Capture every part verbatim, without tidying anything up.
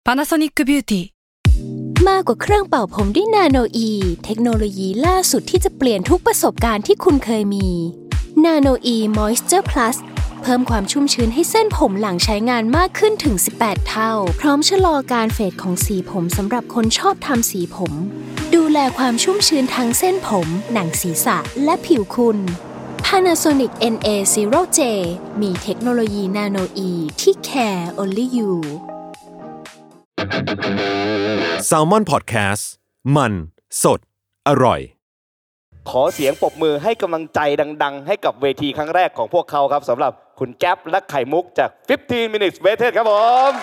Panasonic Beauty มากกว่าเครื่องเป่าผมด้วยนาโนอีเทคโนโลยีล่าสุดที่จะเปลี่ยนทุกประสบการณ์ที่คุณเคยมีนาโนอีมอยส์เจอร์พลัสเพิ่มความชุ่มชื้นให้เส้นผมหลังใช้งานมากขึ้นถึงสิบแปดเท่าพร้อมชะลอการเฟดของสีผมสำหรับคนชอบทำสีผมดูแลความชุ่มชื้นทั้งเส้นผมหนังศีรษะและผิวคุณ Panasonic เอ็น เอ ศูนย์ เจ มีเทคโนโลยีนาโนอีที่ care only you Salmon Podcast มันสดอร่อยขอเสียงปรบมือให้กำลังใจดังๆให้กับเวทีครั้งแรกของพวกเขาครับสำหรับคุณแก๊ปและไข่มุกจากfifteen minutes waited ครับผม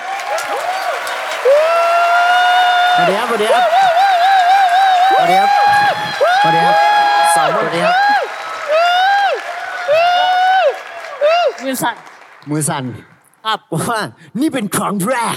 สวัสดีครับสวัสดีครับสวัสดีครับสวัสดีครับสวัสดีครับมือสั่นมือสั่นครับว่านี่เป็นครั้งแรก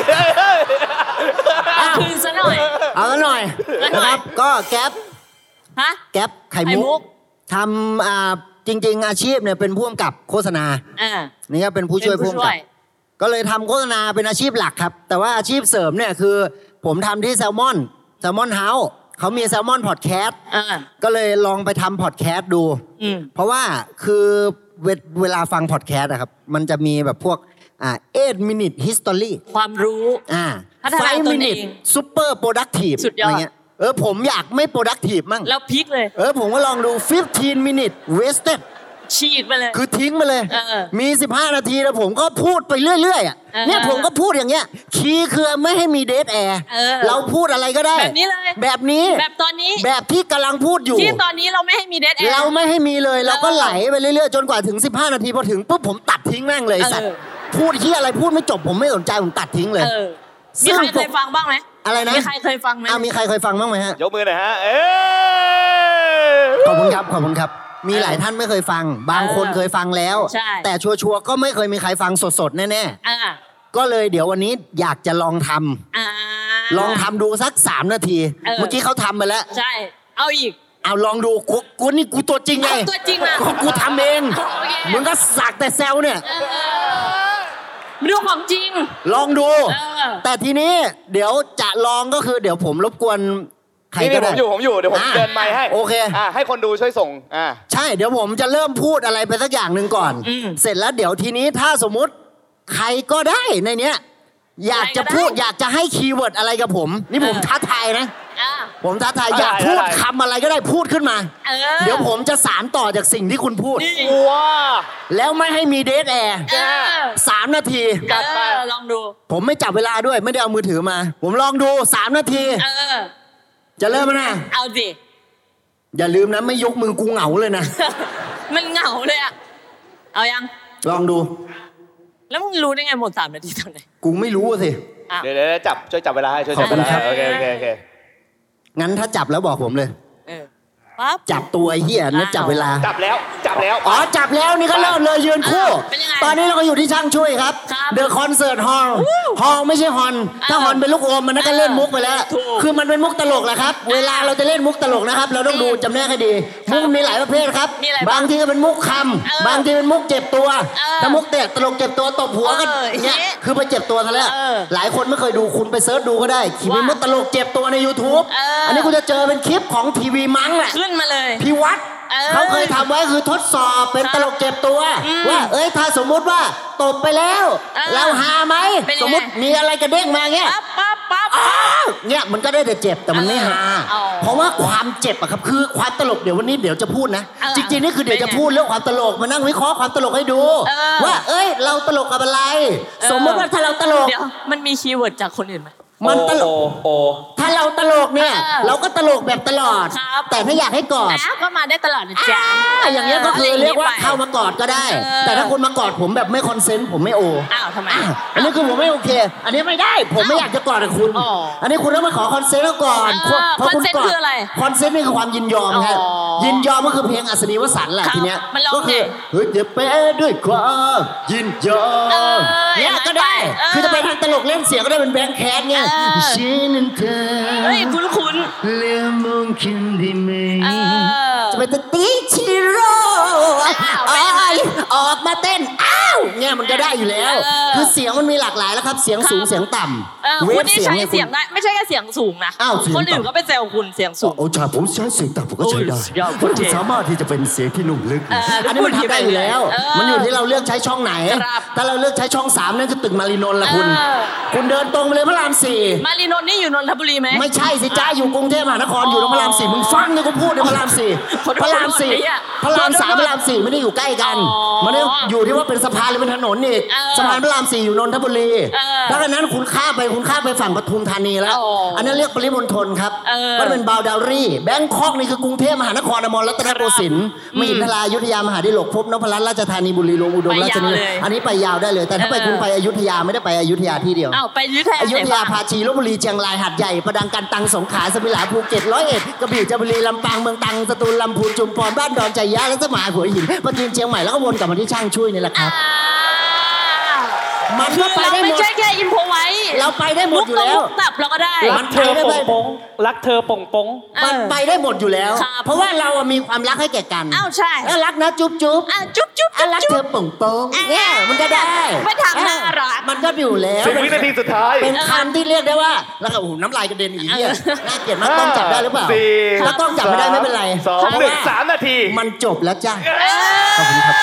เอาคืนซะหน่อยเอาซะหน่อยนะครับก็แก๊ปฮะแก๊ปไข่มุกทำอ่าจริงๆอาชีพเนี่ยเป็นผู้กำกับโฆษณาอ่านี่ก็เป็นผู้ช่วยผู้กำกับก็เลยทำโฆษณาเป็นอาชีพหลักครับแต่ว่าอาชีพเสริมเนี่ยคือผมทำที่แซลมอนแซลมอนเฮาส์เขามีแซลมอนพอดแคสต์ก็เลยลองไปทำพอดแคสต์ดูเพราะว่าคือเวลาฟังพอดแคสต์อะครับมันจะมีแบบพวกอ่าeight minute history ความรู้อ่าfive minute super productive อะไรเงี้ยเออผมอยากไม่ productive มั่งแล้วพลิกเลยเออผมก็ลองดูfifteen minute wasted ฉีกไปเลยคือทิ้งไปเลยมีสิบห้านาทีแล้วผมก็พูดไปเรื่อยๆอ่ะเนี่ยผมก็พูดอย่างเงี้ยคีย์คือไม่ให้มี dead air เราพูดอะไรก็ได้แบบนี้เลยแบบนี้แบบตอนนี้แบบที่กำลังพูดอยู่ที่ตอนนี้เราไม่ให้มี dead air เราไม่ให้มีเลยเราก็ไหลไปเรื่อยๆจนกว่าถึงสิบห้านาทีพอถึงปุ๊บผมตัดทิ้งแม่งเลยสัตว์พูดที่อะไรพูดไม่จบผมไม่สนใจผมตัดทิ้งเลยมีใครเคยฟังบ้างไหมอะไรนะมีใครเคยฟังไหมอ้าวมีใครเคยฟังบ้างไหมฮะยกมือหน่อยฮะเอ๊ขอบคุณครับขอบคุณครับมีหลายท่านไม่เคยฟังบางคนเคยฟังแล้วแต่ชัวร์ๆก็ไม่เคยมีใครฟังสดๆแน่ๆก็เลยเดี๋ยววันนี้อยากจะลองทำลองทำดูสักสามนาทีเมื่อกี้เขาทำไปแล้วใช่เอาอีกเอาลองดูกูกูนี่กูตัวจริงไงตัวจริงอ่ะกูทำเองมึงก็สักแต่แซวเนี่ยเรื่องของจริงลองดูแต่ทีนี้เดี๋ยวจะลองก็คือเดี๋ยวผมรบกวนใครก็ได้ผมอยู่ผมอยู่เดี๋ยวผมเดินไมค์ให้โอเคอ่าให้คนดูช่วยส่งอ่าใช่เดี๋ยวผมจะเริ่มพูดอะไรไปสักอย่างนึงก่อนเสร็จแล้วเดี๋ยวทีนี้ถ้าสมมุติใครก็ได้ในเนี้ยอยากจะพูดอยากจะให้คีย์เวิร์ดอะไรกับผมนี่ผมท้าทายนะผมท้าทายอยากพูดคำอะไรก็ได้พูดขึ้นมาเดี๋ยวผมจะสานต่อจากสิ่งที่คุณพูดว้าแล้วไม่ให้มีเดทแอร์สามนาทีลองดูผมไม่จับเวลาด้วยไม่ได้เอามือถือมาผมลองดูสามนาทีจะเริ่มนะเอาสิอย่าลืมนะไม่ยกมือกูเหงาเลยนะมันเหงาเลยอะเอายังลองดูแล้วมึงรู้ได้ไงหมดสามนาทีตอนไหนกูไม่รู้สิเดี๋ยวๆจับช่วยจับเวลาให้ช่วยจับเวลาโอเคโอเคโอเคงั้นถ้าจับแล้วบอกผมเลยจับตัวไอ้เหี้ยนะจับเวลาจับแล้วจับแล้วอ๋อจับแล้วนี่ก็เริ่มเลยยืนคู่ตอนนี้เราก็อยู่ที่ช่างช่วยครับเดอะคอนเสิร์ตฮอลล์ฮอลล์ไม่ใช่ฮอนถ้าฮอนเป็นลูกอมมันน่าจะเล่นมุกไปแล้วคือมันเป็นมุกตลกแหละครับเวลาเราจะเล่นมุกตลกนะครับเราต้องดูจำแนกให้ดีมุกมีหลายประเภทครับบางทีก็เป็นมุกคำบางทีเป็นมุกเจ็บตัวถ้ามุกเตะตลกเจ็บตัวตบหัวกันเนี่ยคือไปเจ็บตัวซะแล้วหลายคนไม่เคยดูคุณไปเสิร์ชดูก็ได้ขีมีมุกตลกเจ็บตัวใน YouTube อันนี้คุณจะเจอเป็นคลิปของทีวีมั้งแหละขึ้นมาเลยพี่วัดเขาเคยทำไว้คือทดสอบเป็นตลกเจ็บตัวว่าเอ้ยถ้าสมมุติว่าตบไปแล้วเราหาไหมสมมุติมีอะไรกระเด้งมาเงี้ยปั๊บปั๊บเนี่ยมันก็ได้แต่เจ็บแต่มันไม่หาเพราะว่าความเจ็บอะครับคือความตลกเดี๋ยววันนี้เดี๋ยวจะพูดนะจริงๆนี่คือเดี๋ยวจะพูดเรื่องความตลกมานั่งวิเคราะห์ความตลกให้ดูว่าเอ้ยเราตลกกับอะไรสมมติว่าถ้าเราตลกเดี๋ยวมันมีคีย์เวิร์ดจากคนอื่นไหมมันตลกถ้าเราตลกเนี่ยเราก็ตลกแบบตลอดแต่ถ้าอยากให้กอดก็มาได้ตลอดนะจ๊ะอย่างเงี้ยก็คือเรียกว่าเข้ามากอดก็ได้แต่ถ้าคุณมากอดผมแบบไม่คอนเซนต์ผมไม่โออ้าวทำไมอันนี้คือผมไม่โอเคอันนี้ไม่ได้ผมไม่อยากจะกอดกับคุณอันนี้คุณต้องมาขอคอนเซนต์ก่อนเพราะคุณกอดคอนเซนต์นี่คือความยินยอมครับยินยอมก็คือเพลงอัศนีวสันต์แหละทีเนี้ยก็คือเฮ้ยจะเป๊ะด้วยความยินยอมเนี่ยก็ได้คือจะไปทางตลกเล่นเสียงก็ได้เป็นแบงค์แคสเนี่ยฉันนั้นเธอเฮ้ยคุ้นคุ้นเรื่องมงคลได้ไหมจะไปตีชิโร่ออกมาเต้นอ้าววเนี่ยมันก็ได้อยู่แล้วคือเสียงมันมีหลากหลายแล้วครับเสียงสูงเสียงต่ำเวคุฟณนี่เสียงใช้เนี่ยเสียงได้ไม่ใช่แค่เสียงสูงนะคนอื่นก็ไปแซวคุณเสียงสูงโอ้ชาผมใช้เสียงต่ำผมก็ใช้ได้คุณสามารถที่จะเป็นเสียงที่นุ่มลึกอันนี้มันทำได้อยู่แล้วมันอยู่ที่เราเลือกใช้ช่องไหนถ้าเราเลือกใช้ช่องสามนั่นคือตึกมารีนนท์ละคุณคุณเดินตรงไปเลยพระรามสี่มารีนนท์นี่อยู่นนทบุรีไหมไม่ใช่สิจ้าอยู่กรุงเทพมหานครอยู่ตรงพระรามสี่มึงฟังเลยกูพูดในพระรามสี่พระรามสี่พระรามสามพระรามสี่ไม่ได้อยู่ใกล้กันมันอยู่ที่ว่าเป็นสะพานหรือเป็นถนนอีกสะพานพระรามสี่อยู่นนทบุรีเพราะฉะนั้นคุณข้ามไปคุณข้ามไปฝั่งปทุมธานีแล้วอันนั้นเรียกปริมณฑลครับมันเป็นบาวดารี่แบงคอกนี่คือกรุงเทพมหานครอมรรัตนโกสินทร์มหินทรายุทธยามหาดิลกภพนพรัตน์ราชธานีบุรีรัมย์อุดมราชธานีอันนี้ไปยาวได้เลยแต่ถ้าไปคุณไปอยุธยาไม่ได้ไปอยุธยาที่เดียวอ้าวไปอยุธยาอยุธยาภาชีลพบุรีเชียงรายหาดใหญ่ประดังกันตังสงขลาสมิลาภูเก็ตร้อยเอ็ดกระบี่จันทบุรีลำปางเมืองตรังสตูลลำพูนชุมพรบ้านดอนใจยะและสมายหัวหินปทุมเชียงใหม่แล้วก็วนกลับมาที่ช่างช่วยนี่แหละครับมันก็ไปได้หมดไม่ใช่แค่อินโฟไว้เราไปได้หมดอยู่แล้วตับเราก็ได้รักเธอป่งป่งรักเธอป่งป่งมันไปได้หมดอยู่แล้วเพราะว่าเรามีความรักให้แก่กันอ้าวใช่แล้วรักนะจุ๊บจุ๊บจุ๊บจุ๊บรักเธอป่งป่งเนี่ยมันก็ได้ไม่ทำน่ารักมันก็อยู่แล้วสิบวินาทีสุดท้ายเป็นคำที่เรียกได้ว่าแล้วก็โอ้โหน้ำลายกระเด็นอีกเนี่ยน่าเกลียดมากต้องจับได้หรือเปล่าถ้าต้องจับไม่ได้ไม่เป็นไรสองหนึ่งสามนาทีมันจบแล้วจ้าขอบคุณครับ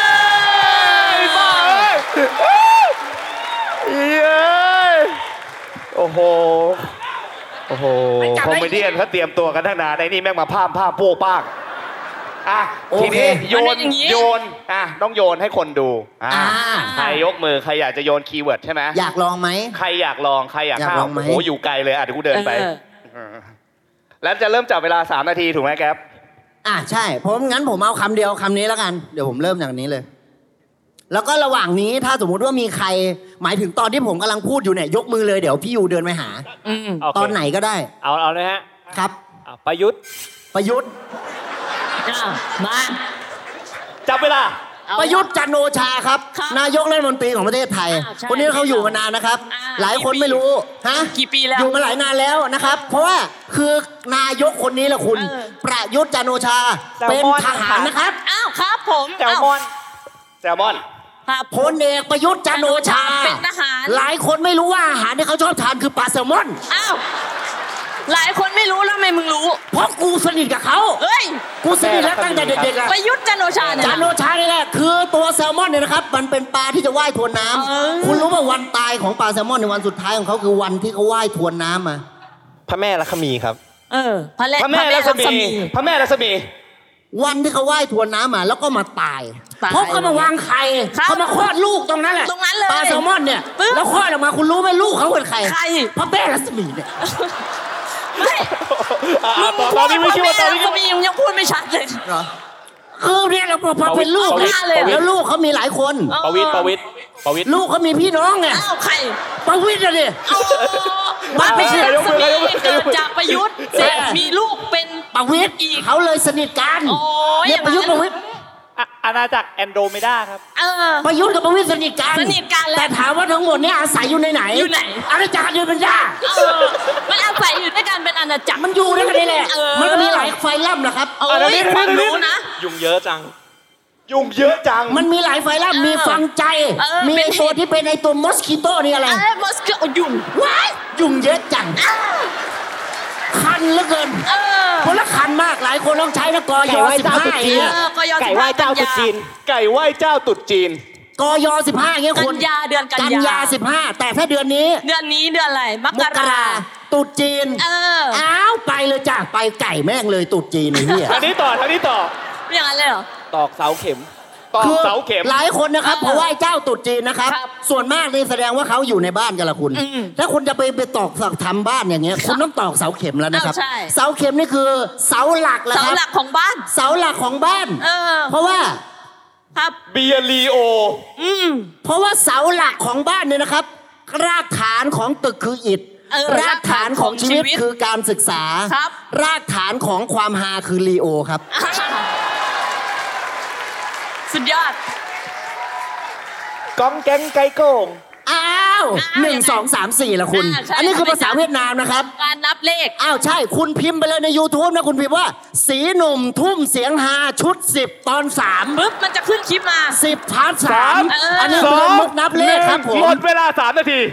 โอ้โหโอ้โหคอมเมเดี้เขาเตรียมตัวกันตั้งนานไอ้นี่แม่งมาพามพามโป๊กป้างอ่ะทีนี้โยนโยนอ่ะต้องโยนให้คนดูอ่ะใครยกมือใครอยากจะโยนคีย์เวิร์ดใช่ไหมอยากลองไหมใครอยากลองใครอยากข้ามโอ้โหอยู่ไกลเลยอ่ะเดี๋ยวกูเดินไปแล้วจะเริ่มจับเวลาสามนาทีถูกไหมแก๊ปอ่ะใช่ผมงั้นผมเอาคำเดียวคำนี้แล้วกันเดี๋ยวผมเริ่มจากนี้เลยแล้วก็ระหว่างนี้ถ้าสมมุติว่ามีใครหมายถึงตอนที่ผมกำลังพูดอยู่เนี่ยยกมือเลยเดี๋ยวพี่ยูเดินไปหาตอนไหนก็ได้เอาเอาเลยฮะครับประยุทธ์ประยุทธ์มาจับเวลาประยุทธ์จันทร์โอชาครับนายกรัฐมนตรีของประเทศไทยคนนี้เขาอยู่มานานนะครับหลายคนไม่รู้ฮะกี่ปีแล้วอยู่มาหลายนานแล้วนะครับเพราะว่าคือนายกคนนี้แหละคุณประยุทธ์จันทร์โอชาเป็นทหารนะครับอ้าวครับผมแซลมอนแซลมอนพลเอกประยุทธ์จันทร์โอชาเป็นทหารหลายคนไม่รู้ว่าอาหารที่เขาชอบทานคือปลาแซลมอนอ้าวหลายคนไม่รู้แล้วทำไมมึงรู้เพราะกูสนิทกับเขาเฮ้ยกูสนิทแล้วตั้งแต่เด็กๆประยุทธ์จันทร์โอชาเนี่ยจันทร์โอชานี่แหละคือตัวแซลมอนเนี่ยนะครับมันเป็นปลาที่จะว่ายทวนน้ำคุณรู้ว่าวันตายของปลาแซลมอนในวันสุดท้ายของเขาคือวันที่เขาว่ายทวนน้ำมาพระแม่ลักษมีครับเออพระแม่ลักษมีพระแม่ลักษมีวันที่เขาว่ายทวนน้ำมาแล้วก็มาตายเพราะเขามาวางไข่เขามาคลอดลูกตรงนั้นแหละตรงนั้นเลยปลาแซลมอนเนี่ยแล้วคลอดออกมาคุณรู้ไหมลูกเขาเป็นใครใครพระแม่ลักษมีเนี่ยไม่ตอนนี้ไม่คิดว่าตอนนี้ก็มียังพูดไม่ชัดเลยคือเนี่ยเราพอเป็นลูกแล้วลูกเขามีหลายคนประวิตรประวิตรประวิตรลูกเขามีพี่น้องไงอ้าวใครประวิตรอะดิมาเป็นลักษมีเกิดจากประยุทธ์เสร็จมีลูกเป็นประวิตรอีกเขาเลยสนิทกันเนี่ยประยุทธ์ประวิตรอาณาจักรแอนโดเมดาครับประยุทธ์กับประวิตรสนิทกันสนิทกันแต่ถามว่าทั้งหมดนี้อาศัยอยู่ในไหนอยู่ไหนอาณาจักรเดียวกันย่ามันอาศัยอยู่ด้วยกันเป็นอาณาจักรมันอยู่ด้วยกันนี่แหละมันก็มีหลายไฟลับนะครับเออความรู้นะยุ่งเยอะจังยุ่งเยอะจังมันมีหลายไฟลับมีฟังใจมีตัวที่เป็นไอตัวมอสคิโต้นี่อะไรมอสคิโต้ยุ่งว้ายยุ่งเยอะจังคันเหลือเกินคนละคันมากหลายคนต้องใช้นะกอยอสิบห้าเนี่ยไก่ไหว้เจ้าตุ๊จีนไก่ไหว้เจ้าตุ๊จีนกอยอสิบห้าเงี้ยคุณกันยาเดือนกันยาสิบห้าแต่ถ้าเดือนนี้เดือนนี้เดือนอะไรมกราตุ๊จีนเอออ้าวไปเลยจ้ะไปไก่แม่งเลยตุ๊จีนไอ้เนี่ยอันนี้ต่ออันนี้ต่ออย่างนั้นเลยเหรอตอกเสาเข็มตอกเสาเข็มหลายคนนะครับเพราะว่าเจ้าตุ๊จีนนะครับส่วนมากนี่แสดงว่าเขาอยู่ในบ้านกันละคุณถ้าคุณจะไปไปตอกสักทำบ้านอย่างเงี้ยคุณต้องตอกเสาเข็มแล้วนะครับเสาเข็มนี่คือเสาหลักแล้วครับเสาหลักของบ้านเสาหลักของบ้านเพราะว่าครับเบียรีโอเพราะว่าเสาหลักของบ้านเนี่ยนะครับรากฐานของตึกคืออิฐรากฐานของชีวิตคือการศึกษารากฐานของความฮาคือลีโอครับสุดยอดก้องแกงไก่โก่งอ้าวาวหนึ่งสองสามสี่ละคุณ อันนี้คือภาษาเวียดนามนะครับการนับเลขอ้าวใช่คุณพิมพ์ไปเลยใน YouTube นะคุณพิมพ์ว่า สีหนุ่มทุ่มเสียงฮาชุดสิบตอนสามปึ๊บมันจะขึ้นคลิปมาสิบพาร์ทสามเอออัอันนี้คือมุกนับเลขครับผมหมดเวลาสามนาที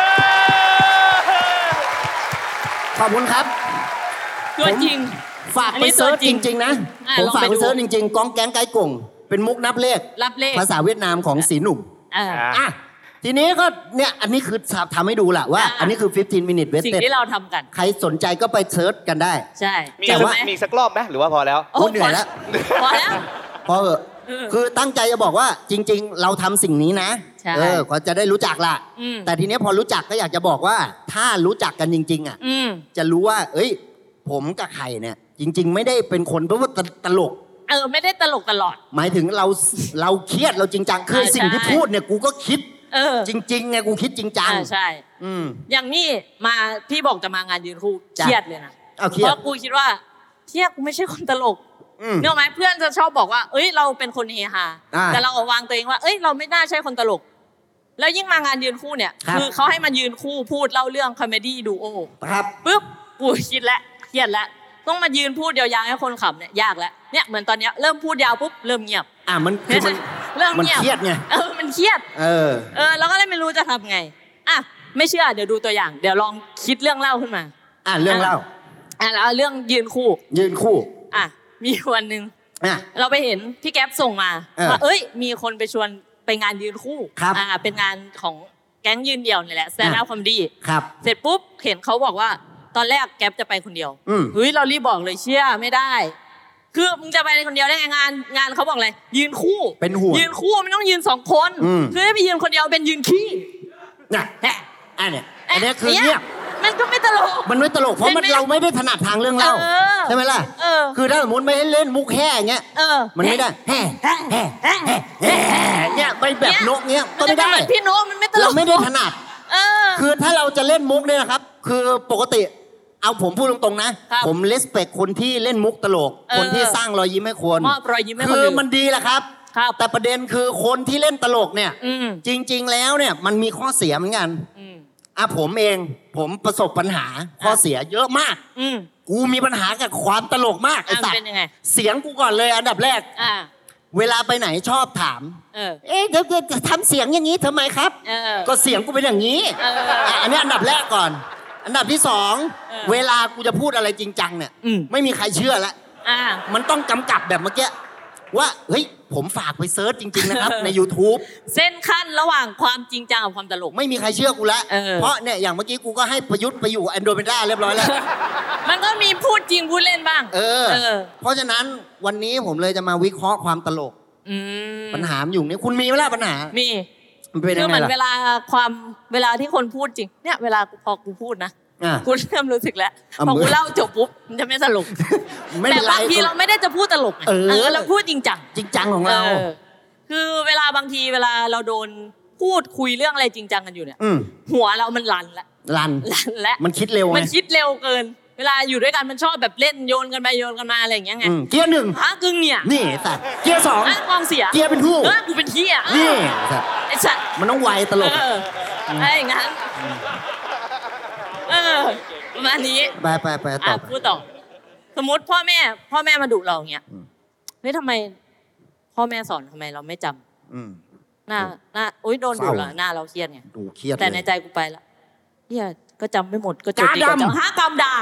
ขอบคุณครับตัวจริงฝากไปเซิร์ชจริงๆนะอ่ะผมลองฝากไปไปดูเซิร์ชจริงๆกองแก๊งไกด์กงเป็นมุกนับเลขรับเลขภาษาเวียดนามของสีหนุ่มเอออ่ะทีนี้ก็เนี่ยอันนี้คือทำให้ดูแหละว่าอ่ะอันนี้คือสิบห้า minute สิ่ง wasted ที่เราทำกันใครสนใจก็ไปเซิร์ชกันได้ใช่มีเจอสักไหมมีสักรอบไหมหรือว่าพอแล้วโอ้เหนื่อยแล้วพอแล้วพอเออเออคือตั้งใจจะบอกว่าจริง ๆ เราทำสิ่งนี้นะใช่เออก็จะได้รู้จักละอืมแต่ทีเนี้ยพอรู้จักก็อยากจะบอกว่า ถ้ารู้จักกันจริง ๆ อ่ะอืมจะรู้ว่า เอ้ย ผมกับไข่เนี่ย จริง ๆ ไม่ได้เป็นคนเพราะว่าตลกเออไม่ได้ตลกตลอดหมายถึงเราเราเครียดเราจริงจังคือใช่สิ่งที่พูดเนี่ยกูก็คิดเออจริงๆไงกูคิดจริงจังอ่าใช่อืมอย่างนี้มาพี่บอกจะมางานยืนคู่จ้ะเครียดเลยนะเอาเครียดเพราะกูคิดว่าเที่ยกูไม่ใช่คนตลกอืมเนกอะไหมเพื่อนจะชอบบอกว่า เอ้ยเราเป็นคนเฮฮาอ่าแต่เราเอาวางตัวเองว่า เอ้ยเราไม่น่าใช่คนตลก แล้วยิ่งมางานยืนคู่เนี่ยครับคือเขาให้มายืนคู่พูดเล่าเรื่องคอมเมดี้ดูโอครับปุ๊บกูคิดแล้วเครียดแล้วต้องมายืนพูดยาวๆให้คนขำเนี่ยยากแล้วเนี่ยเหมือนตอนเนี้ยเริ่มพูดยาวปุ๊บเริ่มเงียบอ่ะมันคือมันเริ่มมันเงียบเครียดไงเออมันเครียดเออเออแล้วก็เลยไม่รู้จะทำไงอ่ะไม่เชื่อเดี๋ยวดูตัวอย่างเดี๋ยวลองคิดเรื่องเล่าขึ้นมาอ่ะเรื่องเล่าอ่ะแล้วเอาเรื่องยืนคู่ยืนคู่อ่ะมีวันหนึ่งอ่ะเราไปเห็นพี่แก๊ปส่งมาเออว่าเอ้ยมีคนไปชวนไปงานยืนคู่ครับอ่าเป็นงานของแก๊งยืนเดี่ยวนี่แหละแซนด์อัพคอมดี้ครับเสร็จปุ๊บเห็นเขาบอกว่าตอนแรกแก๊ปจะไปคนเดียวอืมเฮ้ยเรารีบบอกเลยเชื่อไม่ได้ คือมึงจะไปคนเดียวได้ไงงานงานเขาบอกอะไรยืนคู่เป็นห่วงยืนคู่มันต้องยืนสองคนอืมคือถ้าไปยืนคนเดียวเป็นยืนขี้น่ะแหะอันเนี้ยอันเนี้ยคือนี่เงียบมันก็ไม่ตลกมันไม่ตลกเพราะมันเห็นไหมเราไม่ได้ถนัดทางเรื่องเล่าเออใช่ไหมล่ะเออคือถ้าสมมติไม่ให้เล่นมุกแห่อย่างเงี้ยเออมันไม่ได้แห่แห่แห่แห่แห่เนี่ยไปแบบนกเงี้ยก็ไม่ได้นจะเป็นเหมือนพี่โน้ตมันไม่ตลกเราไม่ได้ถนัดเออคือถ้าเราจะเล่นมุกเนี่ยนะครับ คือปกติเอาผมพูดตรงๆนะครับผมเลสเปคคนที่เล่นมุกตลกเออคนที่สร้างรอยยิ้มให้คนมอบรอยยิ้มให้คนคืออื่นมันดีแหละครับครับแต่ประเด็นคือคนที่เล่นตลกเนี่ยอืมจริง ๆ แล้วเนี่ยมันมีข้อเสียเหมือนกันอืมอ่ะผมเองผมประสบปัญหาข้อเสียเยอะมากอืมกูมีปัญหากับความตลกมากไอ้อ่ะสัตเป็ว์นยังไงเสียงกูก่อนเลยอันดับแรกอ่าเวลาไปไหนชอบถามเออเอ๊ะเดี๋ยวจะทำเสียงอย่างนี้ทำไมครับเออก็เสียงกูเป็นอย่างนี้เอออ่ะอันนี้อันดับแรกก่อน อันดับที่สองเออเวลากูจะพูดอะไรจริงจังเนี่ยอืมไม่มีใครเชื่อแล้วอ่ามันต้องกำกับแบบเมื่อกี้ว่าเฮ้ยผมฝากไปเซิร์ชจริง ๆ นะครับ ใน YouTube เส้นขั้นระหว่างความจริงจังกับความตลกไม่มีใครเชื่อกูแล้วเออเพราะเนี่ยอย่างเมื่อกี้กูก็ให้ประยุทธ์ไปอยู่แอนโดรเมดาเรียบร้อยแล้วมันก็มีพูดจริงพูดเล่นบ้างเออเออเพราะฉะนั้นวันนี้ผมเลยจะมาวิเคราะห์ความตลกอืมปัญหามันอยู่นี่คุณมีไหมล่ะปัญหามีมันเป็นคืยัอง เหไงมือนเวล่ะลาความเวลาที่คนพูดจริง เนี่ยเวลาพอกูพูดนะอ่ะกูเริ่มรู้สึกแล้วอ่ะพอมึกูงเล่าจบปุ๊บมันจะไม่ตลกไม่แต่เป็นไรบางทีเราไม่ได้จะพูดตลกไงเออเออเราพูดจริงจังจริงจังของเราเออคือเวลาบางทีเวลาเราโดนพูดคุยเรื่องอะไรจริงจังกันอยู่เนี่ยอืมหัวเรามันรันละลันรันและมันคิดเร็วไงมันคิดเร็วเกิน เวลาอยู่ด้วยกันมันชอบแบบเล่นโยนกันไปโยนกันมาอะไรอย่างเงี้ยไงอืมเกียร์หนึ่งฮะกึ่งเนี่ยนี่สัตว์เกียร์สองอ่ะกองเสียเกียร์เป็นผู้เออกูเป็นเฮียเออนี่สัตว์ไอ้สัตว์มันต้องไวตลกเออไอ้อย่างงั้นเออประมาณนี้ไปไปไปต่อ่ะอพูดต่อ สมมติพ่อแม่ พ่อแม่มาดุเราอย่างเงี้ยอืมเฮ้ยทำไม พ่อแม่สอนทำไมเราไม่จำอืมหน้าหน้าอุ้ยโดนดุเศร้าเหรอหน้าเราเครียดไงดูเครียดแต่ในเลยใจกูไปละเฮียก็จำไม่หมดก็จบดีกกาว่าดำจำห้ากำดาก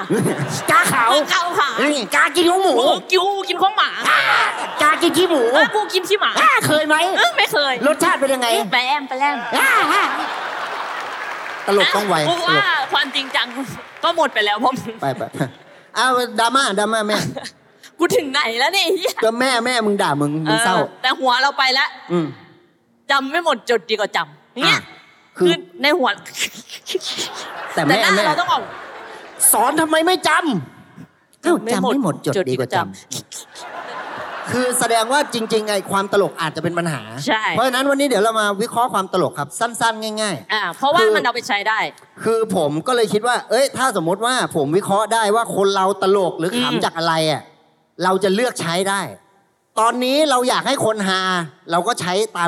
าขาวเกาขานี่กากินหัวหมูโอ้โหกิวกินของหมากากินขี้หมูเออกูกินขี้หมาอ่าเคยไหมเออไม่เคยรสชาติเป็นยังไงแปมแปมอ่าอ่าตลกต้องไวกูตลว่าก ความจริงจังก็หมดไปแล้วเพราะไปไปเอาดราม่าดราม่าแม่กูถึงไหนแล้วเนี่ยเฮียก็แม่แม่มึงด่ามึงมึงเศร้าออแต่หัวเราไปแล้วอืมจำไม่หมดจดดีกว่าจำอย่างเงี้ยอ่ะคืคือ อในหัวแต่แต่แม่หน้าแม่เราต้องออกสอนทำไมไม่จำเอ้าจำไม่หมดจดดีกว่าจำคือแสดงว่าจริงๆไอ้ความตลกอาจจะเป็นปัญหาใช่เพราะฉะนั้นวันนี้เดี๋ยวเรามาวิเคราะห์ความตลกครับ สั้นๆ ง่ายอ่าเพราะว่าคือมันเอาไปใช้ได้ๆ คือผมก็เลยคิดว่า เอ้ย ถ้าสมมติว่าผมวิเคราะห์ได้ว่าคนเราตลกหรืออืมขำจากอะไรอ่ะเราจะเลือกใช้ได้ ตอนนี้เราอยากให้คนฮาเราก็ใช้ตามนี้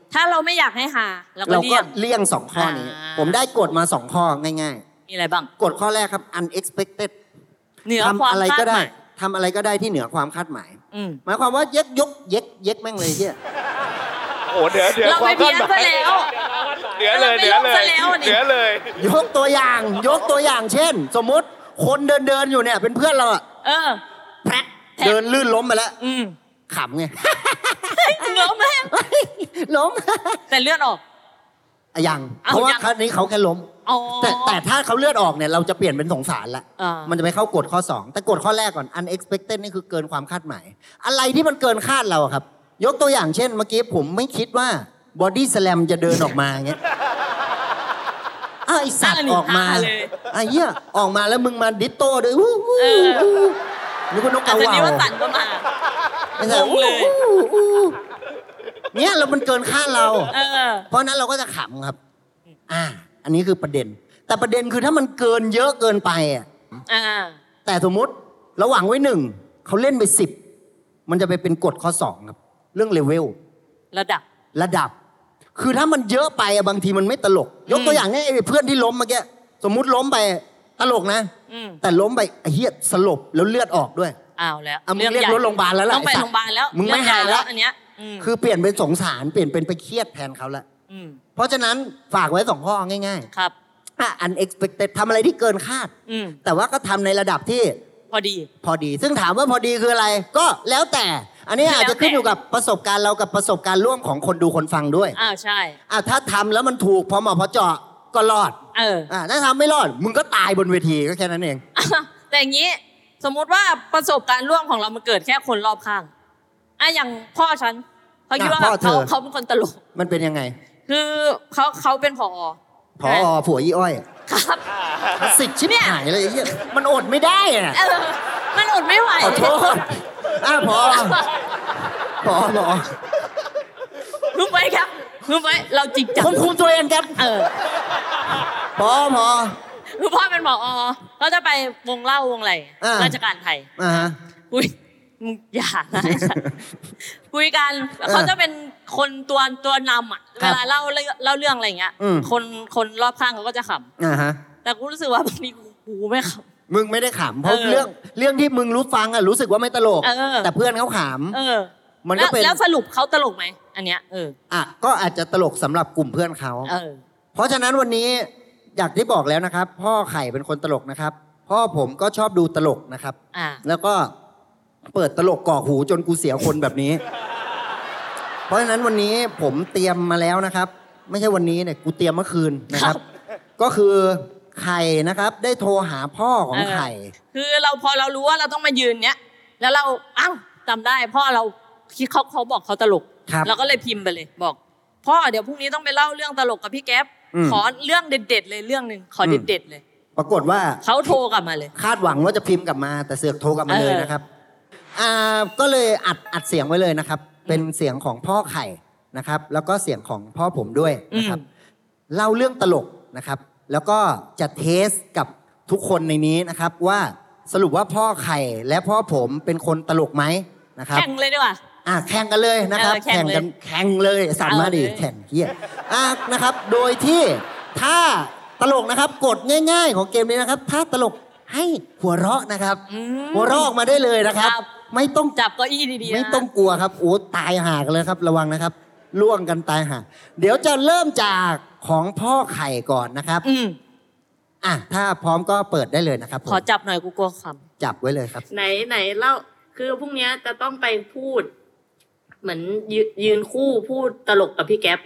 ถ้าเราไม่อยากให้หาเราก็เราเลี่ก็ยงเลี่ยงสองข้อนี้อ่าผมได้กฎมาสองข้อง่ายมีอะไรบ้างๆกฎข้อแรกครับ unexpected เหนือทำความอะไรคาก็ดหได้มายทำอะไรก็ได้ที่เหนือความคาดหมายอืมหมายความว่าเย็กยกเย็กเย็กแม่งเลยเฮียโอ้เดี๋ยวเดี๋ยวเราควาไปมเพี้คาดยนหมายซะแล้วเหนือเลยเหนือเลยเราไปโลกซะแล้วนี่เหนือเลยยกตัวอย่าง ยกตัวอย่างเช่น สมมุติคนเดินเดินๆอยู่เนี่ย เป็นเพื่อนเราอะเออแพรดเดินลื่นล้มไปแล้วอืมขำไงล้มไหมล้มแต่เลือดออกอะยังเอาเพราะว่ายังครั้งนี้เขาแค่ล้มอ๋อแต่แต่ถ้าเขาเลือดออกเนี่ยเราจะเปลี่ยนเป็นสงสารละอ่ามัมันจะไปเข้ากฎข้อสองแต่กฎข้อแรกก่อน unexpected นี่คือเกินความคาดหมาย อะไรที่มันเกินคาดเราอะครับ ยกตัวอย่างเช่น เมื่อกี้ผมไม่คิดว่า body slam จะเดินออกมาอย่างเงี้ยอ้าวไอสัตว์ออกมาไอ้เหี้ยออกมาแล้วมึงมาดิสโต้ด้วยอู้หู้เออนี่ก็นกกอาระจจะเหนี้ว่าว่าสั่นก็มาไม่ใช่งงเลยอู้หู้อู้หู้เนี่ยเรามันเกินคาดเราเออเพราะฉะนั้นเราก็จะขำครับ อ่า อันนี้คือประเด็น แต่ประเด็นคือถ้ามันเกินเยอะเกินไปอ่ะอ่าแต่สมมุติระหว่างไว้หนึ่งเขาเล่นไปสิบมันจะไปเป็นกฎข้อสองครับ เรื่องเลเวลระดับระดับ คือถ้ามันเยอะไปอะบางทีมันไม่ตลก ยกตัวอย่างง่ายๆเพื่อนที่ล้มเมื่อกี้สมมุติล้มไปตลกนะอืมแต่ล้มไปไอ้เหี้ยสลบแล้วเลือดออกด้วยอ้าวแล้วอ่ะมึงเรียกรถโรงพยาบาลแล้วล่ะต้องไปไอ้สัตว์โรงพยาบาลแล้วมึงไม่หาแล้วอันเนี้ยอืมคือเปลี่ยนเป็นสงสารเปลี่ยนเป็นไปเครียดแทนเขาละอืมเพราะฉะนั้นฝากไว้สองข้อง่ายครับๆอ่ะ unexpected ทำอะไรที่เกินคาดอืมแต่ว่าก็ทำในระดับที่พอดีพอดี ซึ่งถามว่าพอดีคืออะไร ก็แล้วแต่ อันนี้อาจจะขึ้นแล้วแต่อยู่กับประสบการณ์เรากับประสบการณ์ร่วมของคนดูคนฟังด้วยอ้าวใช่อ่ะถ้าทำแล้วมันถูกพอเหมาะพอเจาะก็รอดเอออ่ะถ้าทำไม่รอด มึงก็ตายบนเวทีก็แค่นั้นเองแต่อย่างนี้สมมุติว่าประสบการณ์ร่วมของเรามันเกิดแค่คนรอบข้างอ่ะอย่างพ่อฉันเขาคิดว่าอ่ะพ่อเธเขาอเขาเป็นคนตลกมันเป็นยังไงคือเขาเขาเป็นผอพอผัวยี่อ้อยครับคลาสสิกชิบหายเลยไอ้เหี้ยมันอดไม่ได้อ่ะเออมันอดไม่ไหวขอโทษอ่ะพอพอพอรู้ไหมครับรู้ไหมเราจริงจังคุมคุมตัวเองครับเออพอพอคือพ่อเป็นผอเขาจะไปวงเล่าวงอะไรอ่าราชการไทยอ่าฮะคุยมึงอย่านะไอ้สัตว์คุยกันเขาจะเป็นคนตัวตัวนำอ่ะครัเวบลาเล่าเล่าเรื่องอะไรอย่างเงี้ยอืมคนคนรอบข้างเขาก็จะขอ่าฮะำแต่กูรู้สึกว่าบางทีกูไม่ขมึงไม่ได้ขำเพราะเออเรื่องเรื่องที่มึงรู้ฟังอ่ะรู้สึกว่าไม่ตลกเออแต่เพื่อนเขาขำเออมันก็เป็นแล้วแล้วสรุปเขาตลกไหมอันเนี้ยเออำอ่ะก็อาจจะตลกสำหรับกลุ่มเพื่อนเขาเออเพราะฉะนั้นวันนี้อยากที่บอกแล้วนะครับ พ่อไข่เป็นคนตลกนะครับ พ่อผมก็ชอบดูตลกนะครับอ่าแล้วก็เปิดตลกกรอกหูจนกูเสียคนแบบนี้ เพราะฉะนั้นวันนี้ผมเตรียมมาแล้วนะครับ ไม่ใช่วันนี้เนี่ยกูเตรียมเมื่อคืนนะครับ ก็คือไข่นะครับ ได้โทรหาพ่อของเออไข่คือเราพอเรารู้ว่าเราต้องมายืนเนี้ยแล้วเราอ้าวจำได้พ่อเราที่เขาเขาบอกเขาตลกครับเราก็เลยพิมพ์ไปเลย บอก พ่อเดี๋ยวพรุ่งนี้ต้องไปเล่าเรื่องตลกกับพี่แก๊ปอืมขอเรื่องเด็ดๆเลยเรื่องหนึ่งขออมเด็ดๆเลยปรากฏว่าเขาโทรกลับมาเลยคาดหวังว่าจะพิมพ์กลับมา แต่เสือกโทรกลับมาเลยเออนะครับ อ่าก็เลยอัดอัดเสียงไว้เลยนะครับ เป็นเสียงของพ่อไข่นะครับ แล้วก็เสียงของพ่อผมด้วยนะครับ เล่าเรื่องตลกนะครับ แล้วก็จะเทสกับทุกคนในนี้นะครับ ว่าสรุปว่าพ่อไข่และพ่อผมเป็นคนตลกไหมนะครับแข่งเลยดีกว่าอ่ะแข่งกันเลยนะครับเออแข่งเลยกันแข่งเลยสั่นมาดิเอาเลยแข่งเฮียอ่ะนะครับ โดยที่ถ้าตลกนะครับกฎง่าย ๆ ของเกมนี้นะครับ ถ้าตลกให้หัวเราะนะครับอืมหัวเราะออกมาได้เลยนะครับครับไม่ต้องจับเก้าอี้ดีๆนะไม่ต้องกลัวครับโอ้ตายห่ากันเลยครับ ระวังนะครับล่วงกันตายห่าเดี๋ยวจะเริ่มจากของพ่อไข่ก่อนนะครับอืมอ่ะถ้าพร้อมก็เปิดได้เลยนะครับผมขอจับหน่อยกูกลัวคจับไว้เลยครับไหนไหนเล่าคือพรุ่งนี้จะต้องไปพูด เหมือนยืยืนคู่พูดตลกกับพี่แก๊ป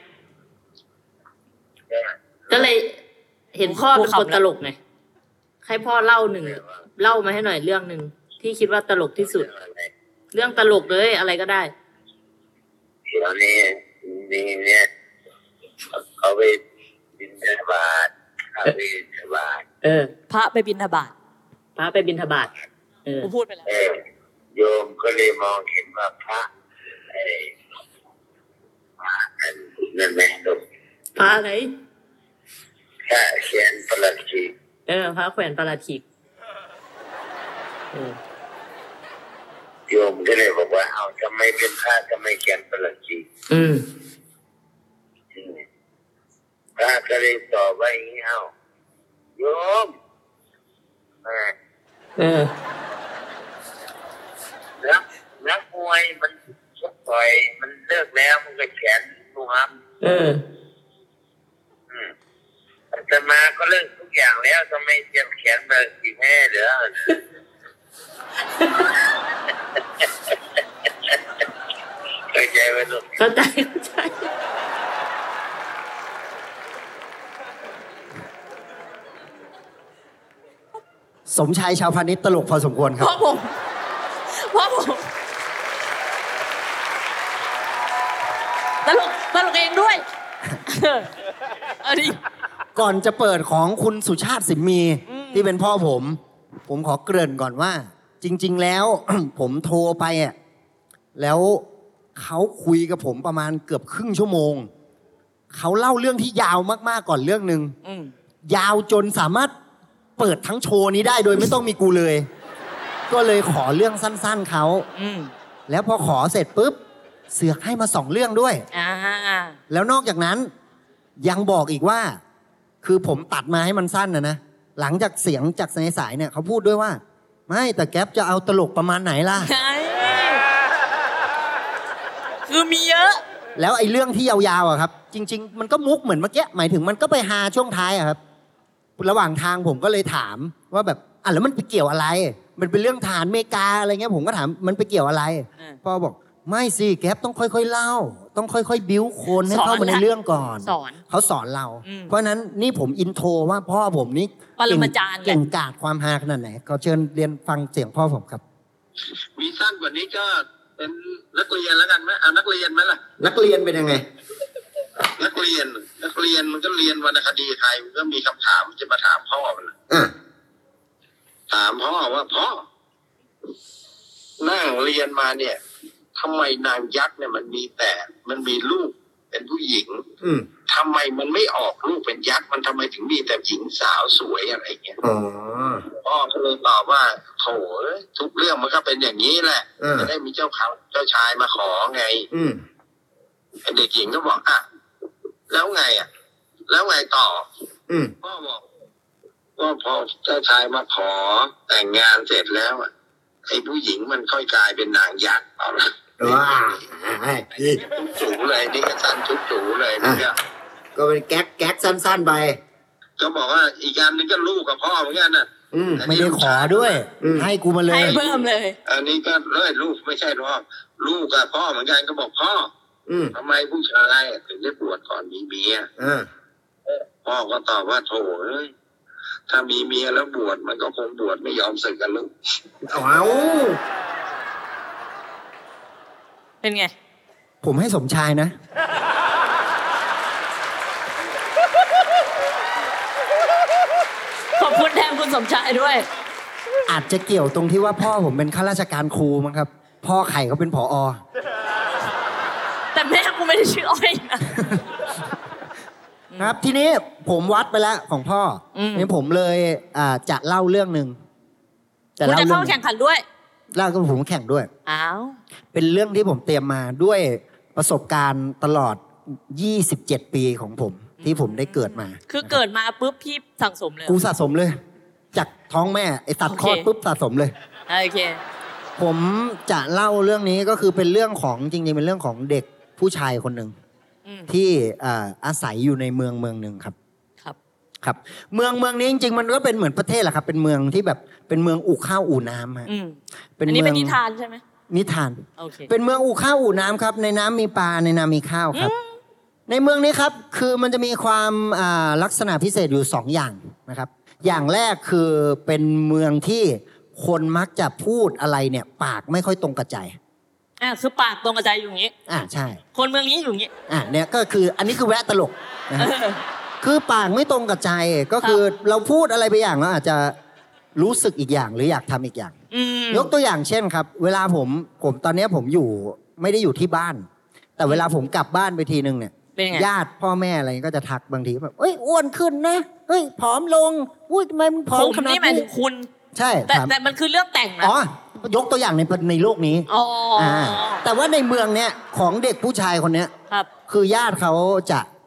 ก็เลยเห็นพ่อเป็นคนตลกไงให้พ่อเล่าหนึ่งเล่ามาให้หน่อยเรื่องหนึ่งที่คิดว่าตลกที่สุด เรื่องตลกเลยอะไรก็ได้เดี๋ยวนี้นี่เนี่ยเขาไปบินทบาทเขาไปบินทบาทเออ พระไปบิณฑบาตพระไปบิณฑบาตเออพูดไปแล้วเออโยมก็เลยมองเห็นว่าพระไอ้พระนั่นนั่นแหละลูกพระอะไรพระเขียนประหลัดขีกเออพระแขวนประหลัดขีกเออโยมก็เลยบอกว่าเอาทำไมเป็นพระทำไมเขียนประหลัดขีกอืมป้าก็เลยตอบว่าอย่างนี้เอ้าโยมอ่าเออนักนักมวยมันชกต่อยมันเลิกแล้วมันก็แขนดูครับเอออืมอาตมาก็เลิกทุกอย่างแล้วทำไมเจ็บแขนมาอีกแม่เหรอเข้าใจไหมลูกเข้าใจเข้าใจสมชายชาวพาณิชย์ตลกพอสมควรครับพ่อผมพ่อผมตลกตลกเองด้วยเอาดิก่อนจะเปิดของคุณสุชาติสิมมีที่เป็นพ่อผม ผมขอเกริ่นก่อนว่า จริง ๆ แล้ว ผมโทรไปอ่ะแล้วเขาคุยกับผมประมาณเกือบครึ่งชั่วโมงเขาเล่าเรื่องที่ยาวมากๆก่อนเรื่องหนึ่งยาวจนสามารถเปิดทั้งโชว์นี้ได้โดยไม่ต้องมีกูเลย ก็เลยขอเรื่องสั้นๆเขาแล้วพอขอเสร็จปุ๊บเสือกให้มาสองเรื่องด้วยแล้วนอกจากนั้นยังบอกอีกว่าคือผมตัดมาให้มันสั้นนะนะหลังจากเสียงจากในสายเนี่ยเขาพูดด้วยว่าไม่แต่แก๊ปจะเอาตลกประมาณไหนล่ะคือมีเยอะแล้วไอ้เรื่องที่ยาวๆอะครับจริงๆมันก็มุกเหมือนเมื่อกี้หมายถึงมันก็ไปฮาช่วงท้ายอะครับระหว่างทางผมก็เลยถามว่าแบบอ่ะแล้วมันไปเกี่ยวอะไรมันเป็นเรื่องฐานอเมริกาอะไรเงี้ยผมก็ถามมันไปเกี่ยวอะไรพ่อบอกไม่สิแก๊ปต้องค่อยๆเล่าต้องค่อยๆบิ้วคนให้เข้ามาในเรื่องก่อนสอนเขาสอนเราเพราะนั้นนี่ผมอินโทรว่าพ่อผมนี่ปรมาจารย์เก่งกาจความฮาขนาดไหนเขาเชิญเรียนฟังเสียงพ่อผมครับมีสั้นกว่านี้ก็เป็นนักเรียนแล้วกันไหมอ่านักเรียนไหมล่ะนักเรียนเป็นยังไงนักเรียนนักเรียนมันก็เรียนวรรณคดีไทยมันก็มีคำถามจะมาถามพ่อมันถามพ่อว่าพ่อนั่งเรียนมาเนี่ยทำไมนางยักษ์เนี่ยมันมีแต่มันมีลูกเป็นผู้หญิงทำไมมันไม่ออกลูกเป็นยักษ์มันทำไมถึงมีแต่หญิงสาวสวยอะไรเงี้ยพ่อก็เลยตอบว่าโถทุกเรื่องมันก็เป็นอย่างนี้แหละจะได้มีเจ้าเขาเจ้าชายมาขอไงไอเด็กหญิงก็บอกอ่ะแล้วไงอ่ะแล้วไงต่อพ่อบอกว่าพอเจ้าชายมาขอแต่งงานเสร็จแล้วอ่ะไอ้ผู้หญิงมันค่อยกลายเป็นนางยักษ์เอาละว้าชุบจูเลยนี่ก็สั้นชุบจูเลยนี่ก็ก็เป็นแก๊กแก๊กสั้นๆไปก็บอกว่าอีกการนึงก็ลูกกับพ่อเหมือนกันน่ะไม่ได้ขอด้วยให้กูมาเลยให้เพิ่มเลยอันนี้ก็เลยลูกไม่ใช่หรอกลูกกับพ่อเหมือนกันก็บอกพ่อทำไมผู้ชายถึงได้บวชก่อนมีเมียพ่อก็ตอบว่าโถเอ้ยถ้ามีเมียแล้วบวชมันก็คงบวชไม่ยอมสึกกันลูกเอาเป็นไงผมให้สมชายนะขอบคุณแทนคุณสมชายด้วยอาจจะเกี่ยวตรงที่ว่าพ่อผมเป็นข้าราชการครูมั้งครับพ่อไข่เขาเป็นผอ. แต่แม่กูไม่ได้ชื่ออ้อยนะครับทีนี้ผมวัดไปแล้วของพ่อนี่ผมเลยอ่าจะเล่าเรื่องหนึ่งคุณจะเข้าแข่งขันด้วยเล่าก็ผมแข่งด้วยอ้าวเป็นเรื่องที่ผมเตรียมมาด้วยประสบการณ์ตลอดยี่สิบเจ็ดปีของผมที่ผมได้เกิดมาคือเกิดมาปุ๊บพี่สั่งสมเลยกูสะสมเลยจากท้องแม่ไอ้สัตว์คลอดปุ๊บสะสมเลยโอเคผมจะเล่าเรื่องนี้ก็คือเป็นเรื่องของจริงๆเป็นเรื่องของเด็กผู้ชายคนหนึ่งที่อาศัยอยู่ในเมืองเมืองหนึ่งครับครับครับเมืองเมืองนี้จริงๆมันก็เป็นเหมือนประเทศแหละครับเป็นเมืองที่แบบเป็นเมืองอู่ข้าวอู่น้ำฮะเป็นอันนี้เป็นนิทานใช่ไหมนิทานเป็นเมืองอู่ข้าวอู่น้ำครับในน้ำมีปลาในน้ำมีข้าวครับในเมืองนี้ครับคือมันจะมีความลักษณะพิเศษอยู่สองอย่างนะครับอย่างแรกคือเป็นเมืองที่คนมักจะพูดอะไรเนี่ยปากไม่ค่อยตรงกระจายอ่าคือปากตรงกระจายอยู่อย่างนี้อ่าใช่คนเมืองนี้อยู่อย่างนี้อ่าเนี่ยก็คืออันนี้คือแวะตลกนะคือปากไม่ตรงกระจายก็คือเราพูดอะไรไปอย่างเราอาจจะรู้สึกอีกอย่างหรืออยากทำอีกอย่างยกตัวอย่างเช่นครับเวลาผมผมตอนนี้ผมอยู่ไม่ได้อยู่ที่บ้านแต่เวลาผมกลับบ้านไปทีนึงเนี่ยญาติพ่อแม่อะไรก็จะทักบางทีแบบเอ้ยอ้วนขึ้นนะเฮ้ยผอมลงอุ้ยทำไมมึงผอมขนาดนี้นี่หมายถึงคุณใช่แต่แต่มันคือเรื่องแต่งนะอ๋อยกตัวอย่างในในโลกนี้อ๋อแต่ว่าในเมืองเนี้ยของเด็กผู้ชายคนเนี้ยครับคือญาติเขาจะ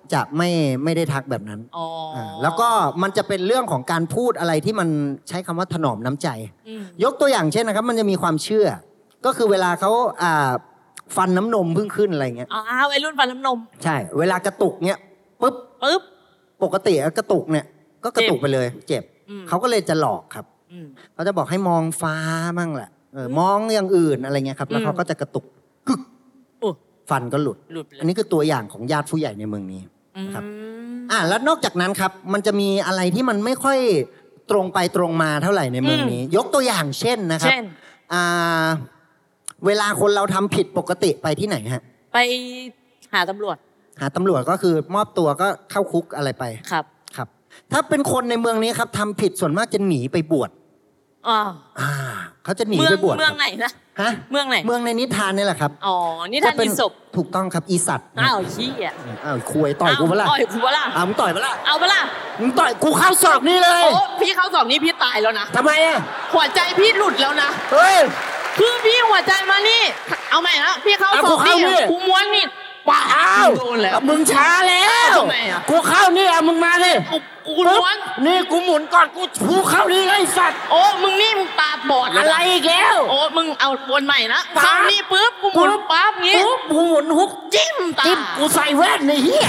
จะไม่ไม่ได้ทักแบบนั้นอ๋ออ่าแล้วก็มันจะเป็นเรื่องของการพูดอะไรที่มันใช้คำว่าถนอมน้ำใจอืมยกตัวอย่างเช่นนะครับ มันจะมีความเชื่อ ก็คือเวลาเขาอ่าฟันน้ำนมเพิ่งขึ้นอะไรเงี้ยอ๋อวัยรุ่นฟันน้ำนมใช่ เวลากระตุกเนี้ยปุ๊บปึ๊บปกติกระตุกเนี่ยก็กระตุกไปเลย เจ็บอืมเขาก็เลยจะหลอกครับอืมเขาจะบอกให้มองฟ้ามั่งแหละเออมองอย่างอื่นอะไรเงี้ยครับ แล้วอืมเขาก็จะกระตุกกึกโอ้ฟันก็หลุดหลุดไปเลยอันนี้คือตัวอย่างของญาติผู้ใหญ่ในเมืองนี้ ครับอืมอ่าแล้วนอกจากนั้นครับ มันจะมีอะไรที่มันไม่ค่อยตรงไปตรงมาเท่าไหร่ในเมืองนี้ ยกตัวอย่างเช่นนะครับเช่นอ่าเวลาคนเราทำผิดปกติไปที่ไหนฮะไปหาตำรวจหาตำรวจก็คือมอบตัวก็เข้าคุกอะไรไปครับครับ ถ้าเป็นคนในเมืองนี้ครับทำผิดส่วนมากจะหนีไปบวชอ๋ออ่าเขาจะหนีเมืองไปบวชเมืองครับไหนนะฮะเมืองไหนเมืองในนิทานนี่แหละครับอ๋อ นี่ท่านจะเป็มีศพถูกต้องครับอีสัตว์อ้าวขี้อ่ะอ้าวคุยต่อยกูเปะล่าต่อยกูเปะล่ะอ้าวมึงต่อยเปะล่าเอาเปะล่ะมึงต่อยกูเข้าศอกนี่เลยโอ้พี่เข้าสอบนี้พี่ตายแล้วนะทำไมอ่ะหัวใจพี่หลุดแล้วนะเฮ้ยคือพี่หัวใจมานี่ เอาใหม่นะพี่เข้าเอาสกูอบเข้านี่นี่กูม้วนนี่ป้าอ้าวโดนแล้วมึงช้าแล้วทำไมอ่ะกูเข้านี่อ่ะมึงมาดิกูกูม้วนนี่กูหมุนก่อนกูกูเข้านี่เลยไอ้สัตว์โอ้มึงนี่มึงตาบอดเลยอะไรนะอีกแล้วโอ้มึงเอาวนใหม่นะปั๊บเข้านี่ปุ๊บกูหมุนปั๊บงี้ปุ๊บกูหมุนฮุกจิ้มตาจิ้มกูใส่แว่นในเฮีย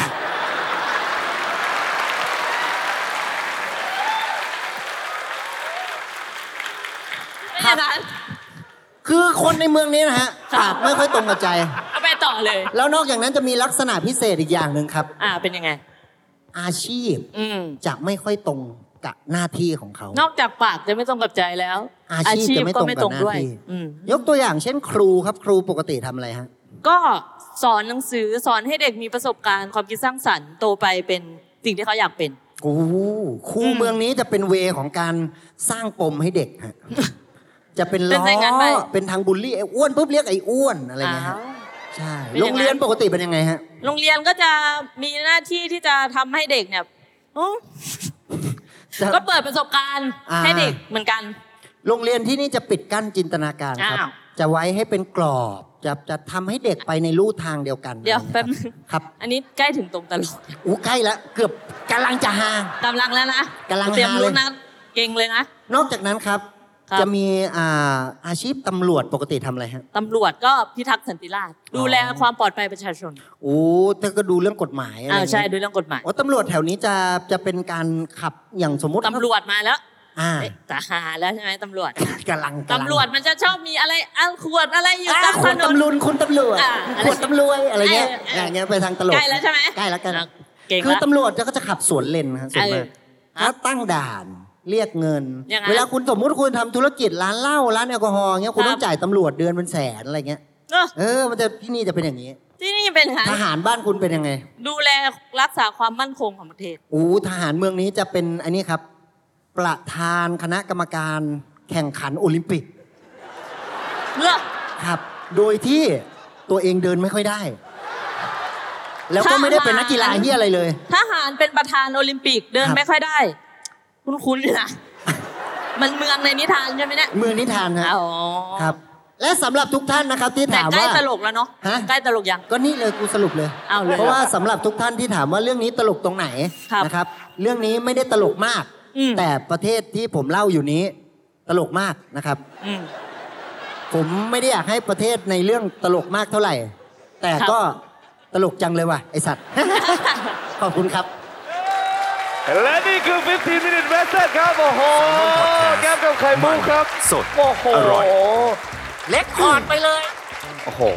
ไม่อย่างนั้นคือคนในเมืองนี้นะฮะครับปากไม่ค่อยตรงกับใจเอาไปต่อเลยแล้วนอกจากนั้นจะมีลักษณะพิเศษอีกอย่างหนึ่งครับอ่าเป็นยังไงอาชีพอืมจะไม่ค่อยตรงกับหน้าที่ของเขานอกจากปากจะไม่ตรงกับใจแล้วอาชีพจะไม่ตรงกับหน้าด้วยที่อืมยกตัวอย่างเช่นครูครับ ครูปกติทำอะไรฮะก็สอนหนังสือสอนให้เด็กมีประสบการณ์ความคิดสร้างสรรค์โตไปเป็นสิ่งที่เขาอยากเป็นโอ้ครูอืมเมืองนี้จะเป็นเวของการสร้างปมให้เด็กฮะ จะเป็นเป็นล้อไงงั้นไปเป็นทางบูลลี่ไอ้อ้วนปุ๊บเรียกไอ้อ้วนอะไรเงี้ยฮะอ้าวใช่เป็นอย่างนั้นโรงเรียนปกติเป็นยังไงฮะโรงเรียนก็จะมีหน้าที่ที่จะทำให้เด็กเนี่ยอื้อจะก็เปิดประสบการณ์อ่าให้เด็กเหมือนกันโรงเรียนที่นี่จะปิดกั้นจินตนาการครับอ้าวจะไว้ให้เป็นกรอบ จะจะทำให้เด็กไปในลู่ทางเดียวกันเดี๋ยวอะไรแป๊บงี้นึงครับอันนี้ใกล้ถึงตรงตลกอู้ใกล้แล้วเกือบกำลังจะหากำลังแล้วนะกำลังเตรียมหาเลยรู้นะเก่งเลยนะนอกจากนั้นครับครับจะมีอ่าอาชีพตำรวจปกติทำอะไรฮะตำรวจก็พิทักษ์สันติราษฎร์ดูแลความปลอดภัยประชาชนโอ้แต่ก็ดูเรื่องกฎหมายอะไรอ่าเงี้ยใช่ดูเรื่องกฎหมายโอ้ตำรวจแถวนี้จะจะเป็นการขับอย่างสมมุติตำรวจมาแล้วอ่าเอ๊ะทหารแล้วใช่ไหมตำรวจกำลังกำลังตำรวจมันจะชอบมีอะไรอันขวดอะไรอยู่อ่าตามคุถณนนตำรวจคุณตำรวจอ่าขวดตำรวจอะไรเงี้ยเออเออออย่างเงี้ยไปทางตลกใกล้แล้วใช่ไหมใกล้แล้วกันอ่ะเก่งคือแล้วตำรวจจะก็จะขับสวนเลนครับส่วนมากเออถ้าตั้งด่านเรียกเงินยังไงเวลาคุณสมมุติคุณทำธุรกิจร้านเหล้าร้านแอลกอฮอล์เงี้ยคุณครับต้องจ่ายตำรวจเดือนเป็นแสนอะไรเงี้ยเออเออมันจะที่นี่จะเป็นอย่างนี้ที่นี่เป็นทหารทหารบ้านคุณเป็นยังไงดูแลรักษาความมั่นคงของประเทศอู้ทหารเมืองนี้จะเป็นอันนี้ครับ ประธานคณะกรรมการแข่งขันโอลิมปิกเลือกครับ โดยที่ตัวเองเดินไม่ค่อยได้ แล้วก็ไม่ได้เป็นนักกีฬาเฮียอะไรเลยทหารเป็นประธานโอลิมปิกเดินครับไม่ค่อยได้ คุ้นๆเลยนะมันเมืองในนิทานใช่ไหมเนี่ยเมืองนิทานฮะอ๋อครับ และสำหรับทุกท่านนะครับที่แต่ถามใกล้ว่าตลกแล้วเนาะฮะใกล้ตลกยังก็นี่เลยกูสรุปเลยเอาเลยเพราะว่าสำหรับทุกท่านที่ถามว่าเรื่องนี้ตลกตรงไหนครับนะครับ เรื่องนี้ไม่ได้ตลกมากอืมแต่ประเทศที่ผมเล่าอยู่นี้ ตลกมากนะครับอืมผมไม่ได้อยากให้ประเทศในเรื่องตลกมากเท่าไหร่ แต่ครับก็ตลกจังเลยว่ะไอสัตว์ ขอบคุณครับและนี่คือ สิบห้า minute method ครับ โอ้โห แก้มกับไข่มุกครับสดโอ้โหอร่อยเล็กคอร์ดไปเลยโอ้โห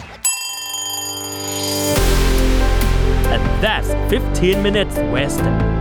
And that's fifteen minutes West.